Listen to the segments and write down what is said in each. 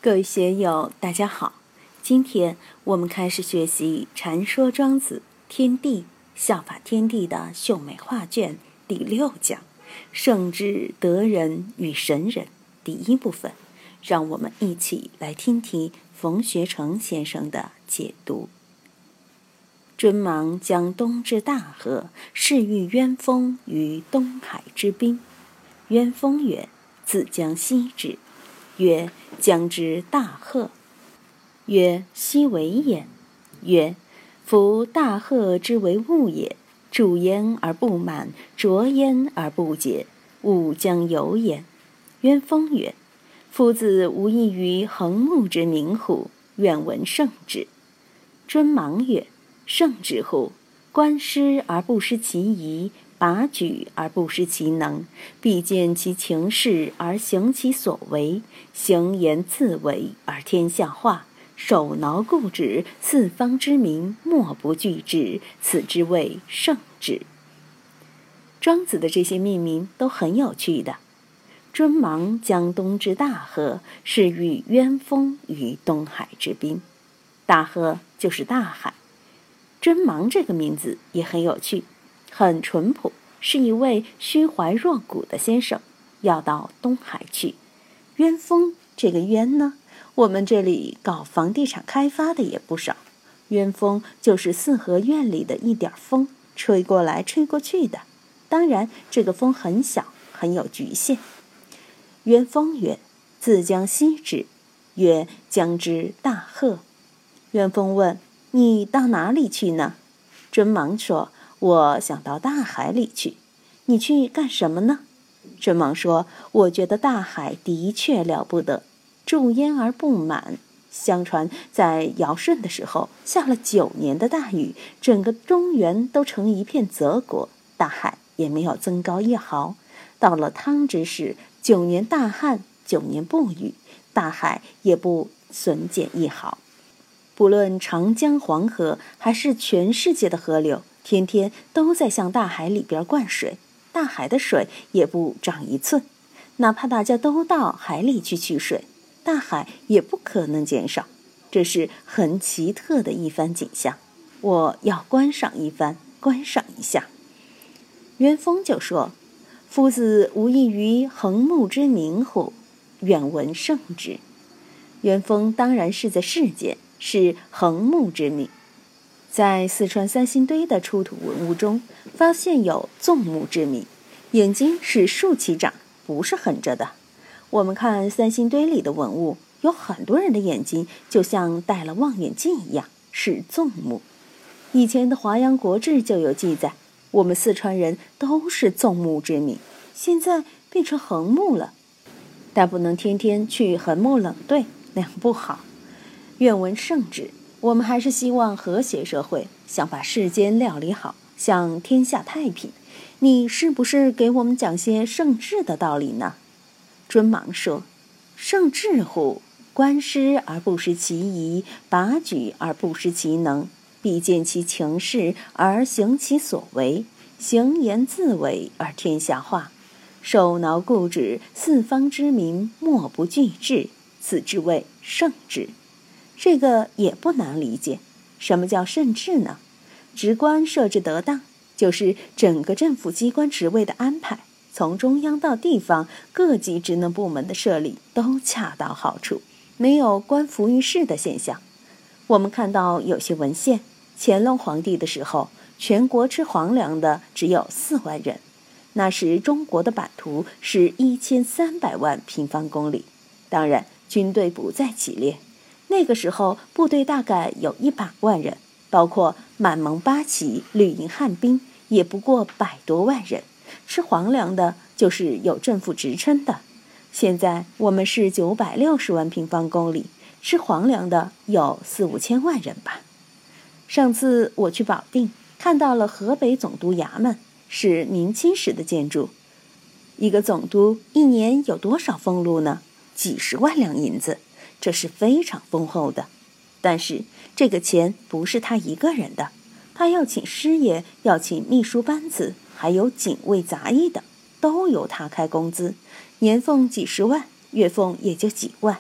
各位学友，大家好。今天我们开始学习《禅说庄子天地效法天地的秀美画卷》第6讲“圣智德人与神人”第1部分，让我们一起来听听冯学成先生的解读。尊芒将东至大河，是遇渊风于东海之滨。渊风曰：自江西之。曰：将之大壑。曰：奚为焉？曰：夫大壑之为物也，注焉而不满，浊焉而不解，物将有焉。渊风曰：夫子无异于横木之名乎？愿闻圣旨。尊芒曰：圣旨乎？观师而不失其仪，拔举而不失其能，必见其情势而行其所为，行言自为而天下化，手挠固指，四方之民莫不惧之，此之谓圣旨。庄子的这些命名都很有趣的。尊芒将东之大河，是遇渊风于东海之滨。大河就是大海。尊芒这个名字也很有趣，很淳朴，是一位虚怀若谷的先生，要到东海去。渊风这个渊呢，我们这里搞房地产开发的也不少，渊风就是四合院里的一点风，吹过来吹过去的，当然这个风很小，很有局限。渊风曰：自江西之。曰：将之大壑。渊风问：你到哪里去呢？尊芒说：我想到大海里去。你去干什么呢？尊芒说：我觉得大海的确了不得，注焉而不满。相传在尧舜的时候，下了9年的大雨，整个中原都成一片泽国，大海也没有增高1毫。到了汤之时，9年大旱，9年不雨，大海也不损减1毫。不论长江、黄河还是全世界的河流，天天都在向大海里边灌水，大海的水也不涨1寸。哪怕大家都到海里去取水，大海也不可能减少。这是很奇特的一番景象，我要观赏一番，观赏一下。渊风就说：夫子无异于横木之名乎？愿闻圣旨。渊风当然是在世间，是横木之名。在四川三星堆的出土文物中，发现有纵木之名，眼睛是竖起长，不是横着的。我们看三星堆里的文物，有很多人的眼睛就像戴了望远镜一样，是纵目。以前的《华阳国志》就有记载，我们四川人都是纵目之民，现在变成横目了。但不能天天去横目冷对，那样不好。愿闻圣旨，我们还是希望和谐社会，想把世间料理好，想天下太平。你是不是给我们讲些圣智的道理呢？尊芒说：圣智乎？观师而不失其仪，拔举而不失其能，必见其情势而行其所为，行言自为而天下化，手挠固指，四方之民莫不惧之，此之谓圣智。这个也不难理解。什么叫圣智呢？职官设置得当，就是整个政府机关职位的安排，从中央到地方，各级职能部门的设立都恰到好处，没有官服于世的现象。我们看到有些文献，乾隆皇帝的时候，全国吃皇粮的只有4万人。那时中国的版图是1300万平方公里，当然军队不在其列。那个时候部队大概有100万人，包括满蒙八旗、绿营汉兵，也不过100多万人。吃皇粮的就是有政府职称的。现在我们是960万平方公里，吃皇粮的有4-5千万人吧。上次我去保定，看到了河北总督衙门，是明清时的建筑。一个总督一年有多少俸禄呢？几十万两银子，这是非常丰厚的。但是这个钱不是他一个人的，他要请师爷，要请秘书班子，还有警卫杂役的，都由他开工资，年俸几十万，月俸也就几万，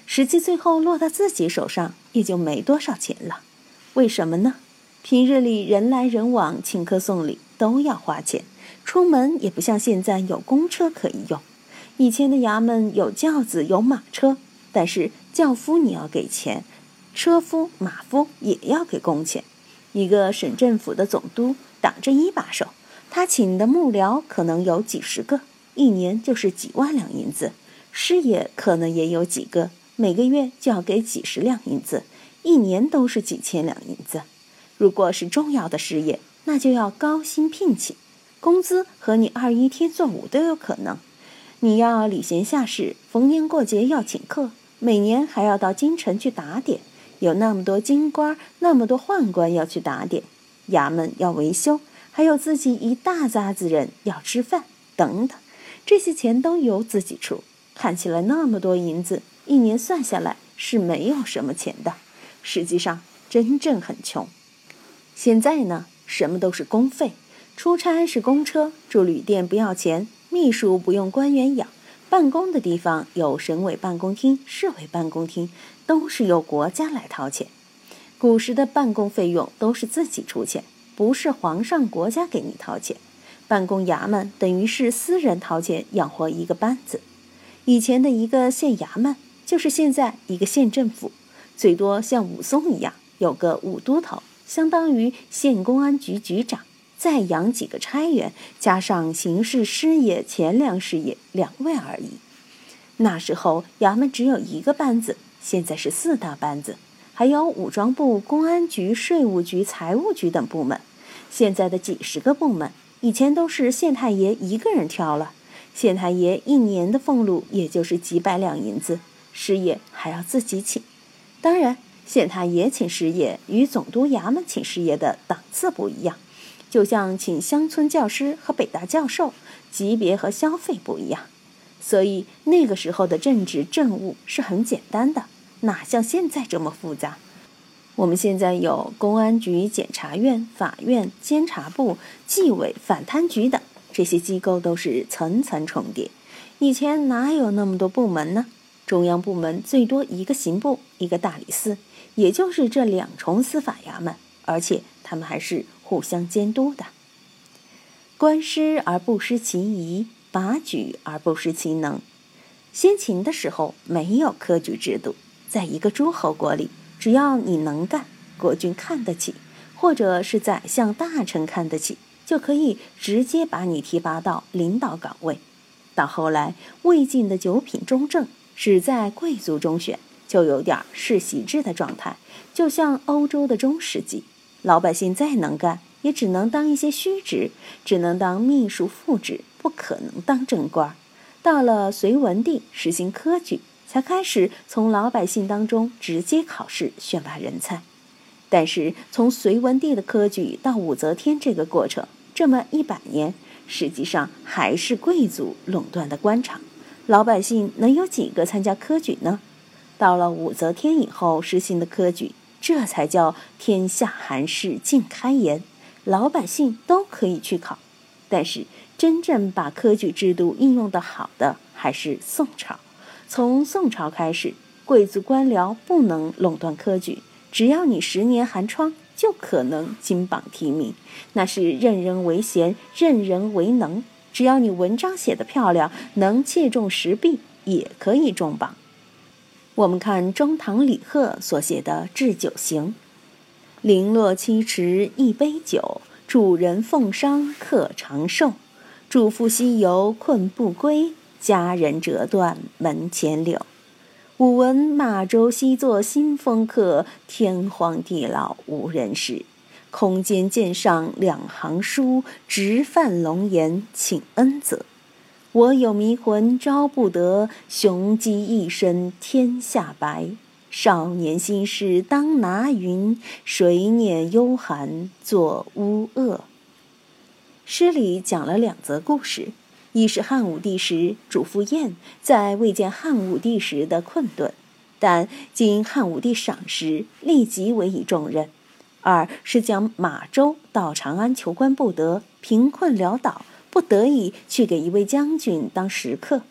实际最后落到自己手上也就没多少钱了。为什么呢？平日里人来人往，请客送礼都要花钱，出门也不像现在有公车可以用。以前的衙门有轿子有马车，但是轿夫你要给钱，车夫马夫也要给工钱。一个省政府的总督挡着一把手，他请的幕僚可能有几十个，一年就是几万两银子，师爷可能也有几个，每个月就要给几十两银子，一年都是几千两银子。如果是重要的师爷，那就要高薪聘请，工资和你21天做5都有可能。你要礼贤下士，逢年过节要请客，每年还要到京城去打点，有那么多京官，那么多宦官要去打点，衙门要维修，还有自己一大杂子人要吃饭等等，这些钱都由自己出。看起来那么多银子，一年算下来是没有什么钱的，实际上真正很穷。现在呢，什么都是公费，出差是公车，住旅店不要钱，秘书不用官员养，办公的地方有省委办公厅、市委办公厅，都是由国家来掏钱。古时的办公费用都是自己出钱，不是皇上国家给你掏钱。办公衙门等于是私人掏钱养活一个班子。以前的一个县衙门就是现在一个县政府，最多像武松一样有个武都头，相当于县公安局局长，再养几个差员，加上刑事师爷、钱粮师爷2位而已。那时候衙门只有一个班子，现在是4大班子，还有武装部、公安局、税务局、财务局等部门。现在的几十个部门，以前都是县太爷一个人挑了。县太爷一年的俸禄也就是几百两银子，师爷还要自己请。当然，县太爷请师爷与总督衙门请师爷的档次不一样，就像请乡村教师和北大教授，级别和消费不一样。所以那个时候的政治政务是很简单的，哪像现在这么复杂。我们现在有公安局、检察院、法院、监察部、纪委、反贪局等，这些机构都是层层重叠。以前哪有那么多部门呢？中央部门最多一个刑部，一个大理寺，也就是这2重司法衙门，而且他们还是互相监督的。观师而不失其仪，拔举而不失其能。先秦的时候没有科举制度，在一个诸侯国里，只要你能干，国君看得起，或者是宰相大臣看得起，就可以直接把你提拔到领导岗位。到后来，魏晋的9品中正只在贵族中选，就有点世袭制的状态，就像欧洲的中世纪，老百姓再能干，也只能当一些虚职，只能当秘书副职，不可能当正官。到了隋文帝实行科举，才开始从老百姓当中直接考试选拔人才。但是从隋文帝的科举到武则天这个过程，这么100年，实际上还是贵族垄断的官场，老百姓能有几个参加科举呢？到了武则天以后实行的科举，这才叫天下寒士尽开颜，老百姓都可以去考。但是真正把科举制度应用得好的还是宋朝。从宋朝开始，贵族官僚不能垄断科举，只要你10年寒窗，就可能金榜题名，那是任人唯贤，任人唯能，只要你文章写得漂亮，能切中时弊，也可以中榜。我们看中唐李贺所写的《置酒行》，零落七池一杯酒，主人奉觞客长寿。主妇西游困不归，家人折断门前柳。吾闻马周西作新风客，天荒地老无人识。空间鉴上2行书，直犯龙颜请恩泽。我有迷魂招不得，雄鸡一身天下白。少年心事当拿云，谁念幽寒作乌恶。诗里讲了2则故事，一是汉武帝时主父晏在未见汉武帝时的困顿，但经汉武帝赏识，立即委以重任；二是讲马周到长安求官不得，贫困潦倒，不得已去给一位将军当食客。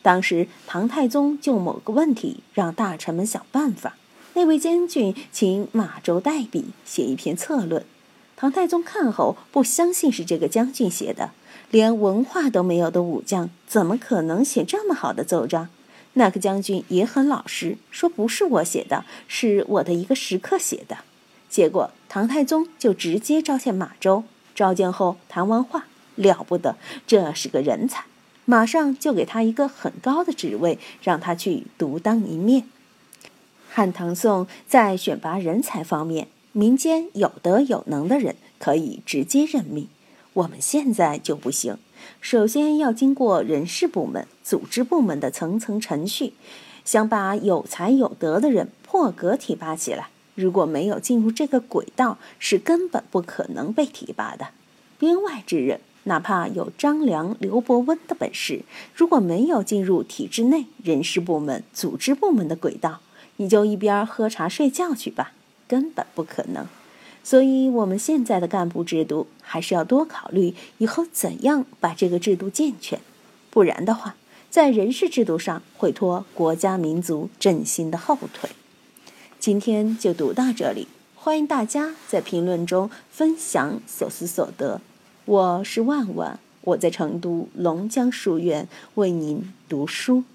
当时唐太宗就某个问题让大臣们想办法，那位监军请马周代笔写一篇策论。唐太宗看后不相信是这个将军写的，连文化都没有的武将怎么可能写这么好的奏章？那个将军也很老实，说不是我写的，是我的一个食客写的。结果唐太宗就直接召见马周，召见后谈完话，了不得，这是个人才，马上就给他一个很高的职位，让他去独当一面。汉唐宋在选拔人才方面，民间有德有能的人可以直接任命，我们现在就不行，首先要经过人事部门、组织部门的层层程序，想把有才有德的人破格提拔起来，如果没有进入这个轨道，是根本不可能被提拔的。编外之人，哪怕有张良、刘伯温的本事，如果没有进入体制内人事部门、组织部门的轨道，你就一边喝茶睡觉去吧，根本不可能。所以我们现在的干部制度还是要多考虑以后怎样把这个制度健全，不然的话，在人事制度上会拖国家民族振兴的后腿。今天就读到这里，欢迎大家在评论中分享所思所得。我是万万，我在成都龙江书院为您读书。